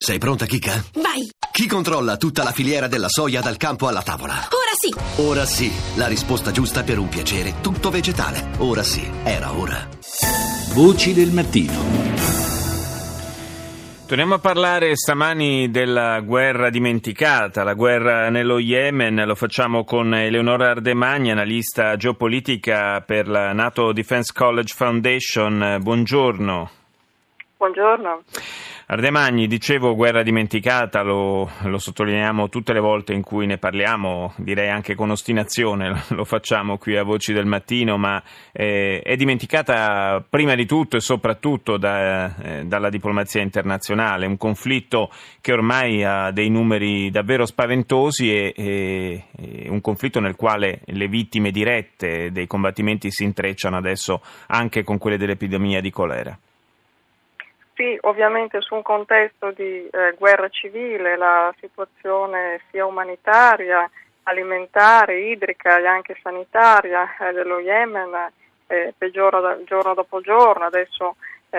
Sei pronta, Kika? Vai! Chi controlla tutta la filiera della soia dal campo alla tavola? Ora sì! Ora sì, la risposta giusta per un piacere tutto vegetale. Ora sì, era ora. Voci del mattino. Torniamo a parlare stamani della guerra dimenticata, la guerra nello Yemen. Lo facciamo con Eleonora Ardemagni, analista geopolitica per la NATO Defense College Foundation. Buongiorno. Buongiorno. Ardemagni, dicevo guerra dimenticata, lo sottolineiamo tutte le volte in cui ne parliamo, direi anche con ostinazione, lo facciamo qui a Voci del Mattino, ma è dimenticata prima di tutto e soprattutto dalla diplomazia internazionale, un conflitto che ormai ha dei numeri davvero spaventosi e un conflitto nel quale le vittime dirette dei combattimenti si intrecciano adesso anche con quelle dell'epidemia di colera. Sì, ovviamente su un contesto di guerra civile la situazione sia umanitaria, alimentare, idrica e anche sanitaria dello Yemen peggiora giorno dopo giorno. Adesso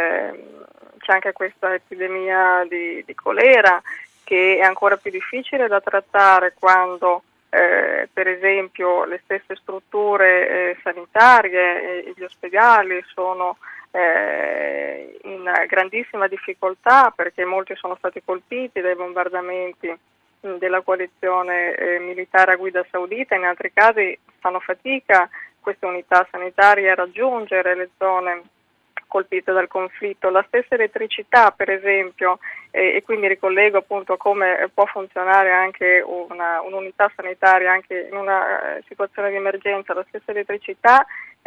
c'è anche questa epidemia di colera che è ancora più difficile da trattare quando per esempio le stesse strutture sanitarie e gli ospedali sono in grandissima difficoltà perché molti sono stati colpiti dai bombardamenti della coalizione militare a guida saudita. In altri casi fanno fatica queste unità sanitarie a raggiungere le zone colpite dal conflitto. La stessa elettricità, per esempio, e quindi ricollego appunto come può funzionare anche un'unità sanitaria anche in una situazione di emergenza. La stessa elettricità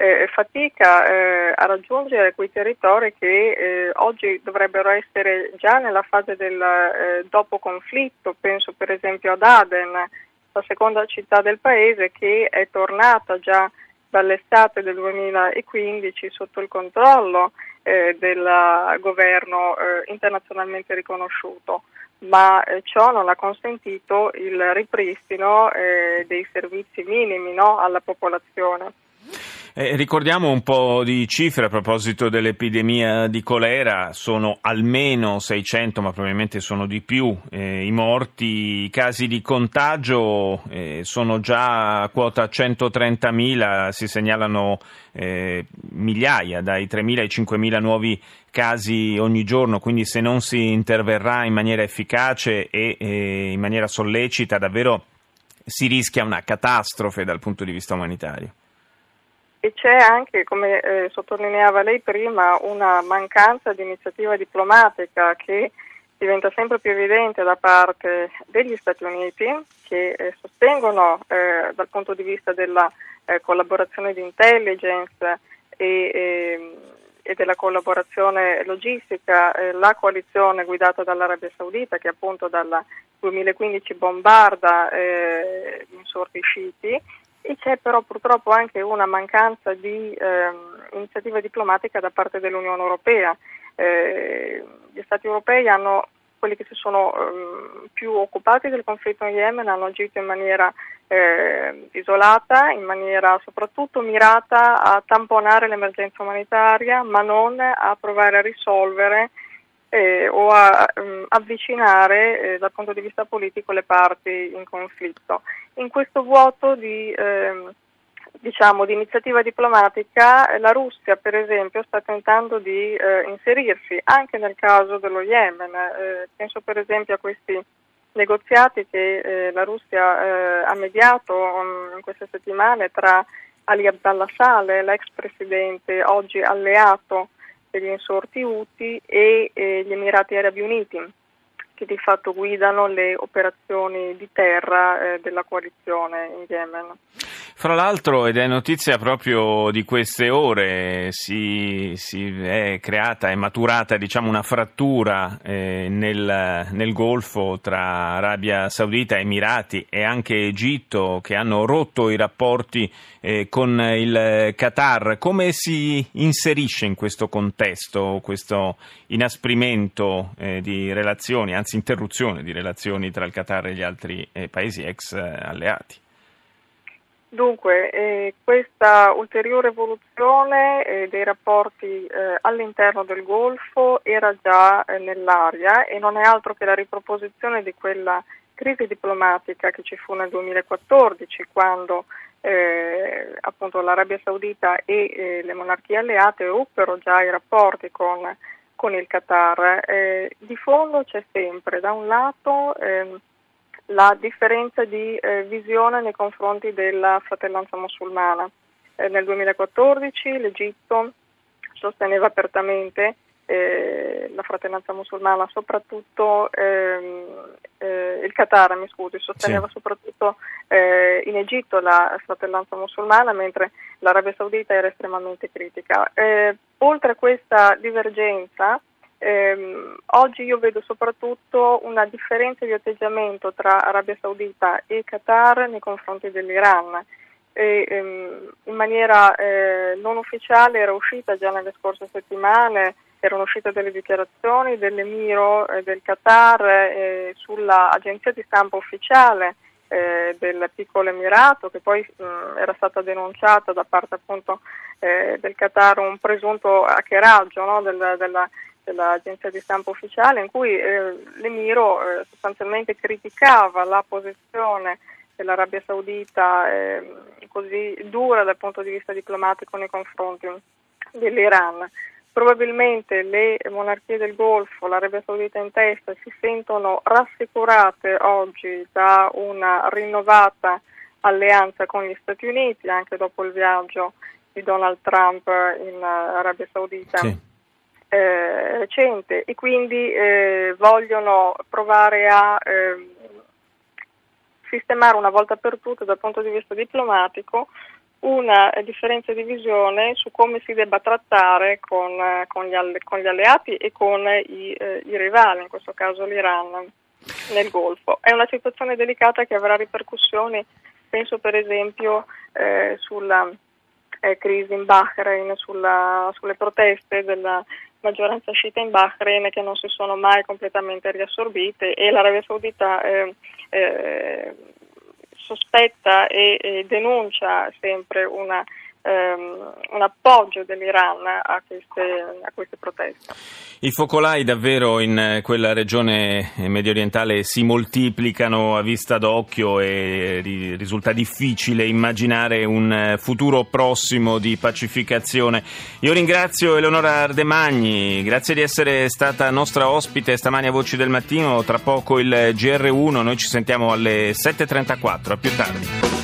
fatica a raggiungere quei territori che oggi dovrebbero essere già nella fase del dopo conflitto. Penso per esempio ad Aden, la seconda città del paese, che è tornata già dall'estate del 2015 sotto il controllo del governo internazionalmente riconosciuto, ma ciò non ha consentito il ripristino dei servizi minimi, alla popolazione. Ricordiamo un po' di cifre a proposito dell'epidemia di colera. Sono almeno 600, ma probabilmente sono di più, i morti. I casi di contagio sono già a quota 130.000, si segnalano migliaia, dai 3.000 ai 5.000 nuovi casi ogni giorno, quindi se non si interverrà in maniera efficace e in maniera sollecita, davvero si rischia una catastrofe dal punto di vista umanitario. E c'è anche, come sottolineava lei prima, una mancanza di iniziativa diplomatica che diventa sempre più evidente da parte degli Stati Uniti, che sostengono dal punto di vista della collaborazione di intelligence e della collaborazione logistica la coalizione guidata dall'Arabia Saudita, che appunto dal 2015 bombarda gli insorti sciiti. E c'è però purtroppo anche una mancanza di iniziativa diplomatica da parte dell'Unione Europea. Gli Stati europei quelli che si sono più occupati del conflitto in Yemen, hanno agito in maniera isolata, in maniera soprattutto mirata a tamponare l'emergenza umanitaria, ma non a provare a risolvere o a avvicinare dal punto di vista politico le parti in conflitto. In questo vuoto di iniziativa diplomatica, la Russia per esempio sta tentando di inserirsi anche nel caso dello Yemen. Penso per esempio a questi negoziati che la Russia ha mediato in queste settimane tra Ali Abdullah Saleh, l'ex presidente oggi alleato degli insorti Houthi, e gli Emirati Arabi Uniti, che di fatto guidano le operazioni di terra della coalizione in Yemen. Fra l'altro, ed è notizia proprio di queste ore, si è creata e maturata una frattura nel Golfo tra Arabia Saudita, Emirati e anche Egitto, che hanno rotto i rapporti con il Qatar. Come si inserisce in questo contesto questo inasprimento di relazioni, anzi interruzione di relazioni tra il Qatar e gli altri paesi ex alleati? Dunque, questa ulteriore evoluzione dei rapporti all'interno del Golfo era già nell'aria e non è altro che la riproposizione di quella crisi diplomatica che ci fu nel 2014, quando appunto l'Arabia Saudita e le monarchie alleate ruppero già i rapporti con il Qatar. Di fondo c'è sempre, da un lato, la differenza di visione nei confronti della fratellanza musulmana. Nel 2014 l'Egitto sosteneva apertamente la fratellanza musulmana, soprattutto il Qatar, sosteneva soprattutto in Egitto la fratellanza musulmana, mentre l'Arabia Saudita era estremamente critica. Oltre a questa divergenza, oggi io vedo soprattutto una differenza di atteggiamento tra Arabia Saudita e Qatar nei confronti dell'Iran. In maniera non ufficiale era uscita già nelle scorse settimane, erano uscite delle dichiarazioni dell'emiro del Qatar sulla agenzia di stampa ufficiale del piccolo emirato, che poi era stata denunciata da parte appunto del Qatar un presunto hackeraggio, no, dell'agenzia di stampa ufficiale, in cui l'emiro sostanzialmente criticava la posizione dell'Arabia Saudita così dura dal punto di vista diplomatico nei confronti dell'Iran. Probabilmente le monarchie del Golfo, l'Arabia Saudita in testa, si sentono rassicurate oggi da una rinnovata alleanza con gli Stati Uniti, anche dopo il viaggio di Donald Trump in Arabia Saudita. Sì. Recente, e quindi vogliono provare a sistemare una volta per tutte dal punto di vista diplomatico una differenza di visione su come si debba trattare con gli alleati e con i rivali, in questo caso l'Iran, nel Golfo. È una situazione delicata che avrà ripercussioni, penso per esempio sulla crisi in Bahrain, sulle proteste della maggioranza sciita in Bahrain, che non si sono mai completamente riassorbite, e l'Arabia Saudita sospetta e denuncia sempre un appoggio dell'Iran a queste proteste. I focolai davvero in quella regione mediorientale si moltiplicano a vista d'occhio e risulta difficile immaginare un futuro prossimo di pacificazione. Io ringrazio Eleonora Ardemagni, grazie di essere stata nostra ospite stamani a Voci del Mattino. Tra poco il GR1, noi ci sentiamo alle 7.34, a più tardi.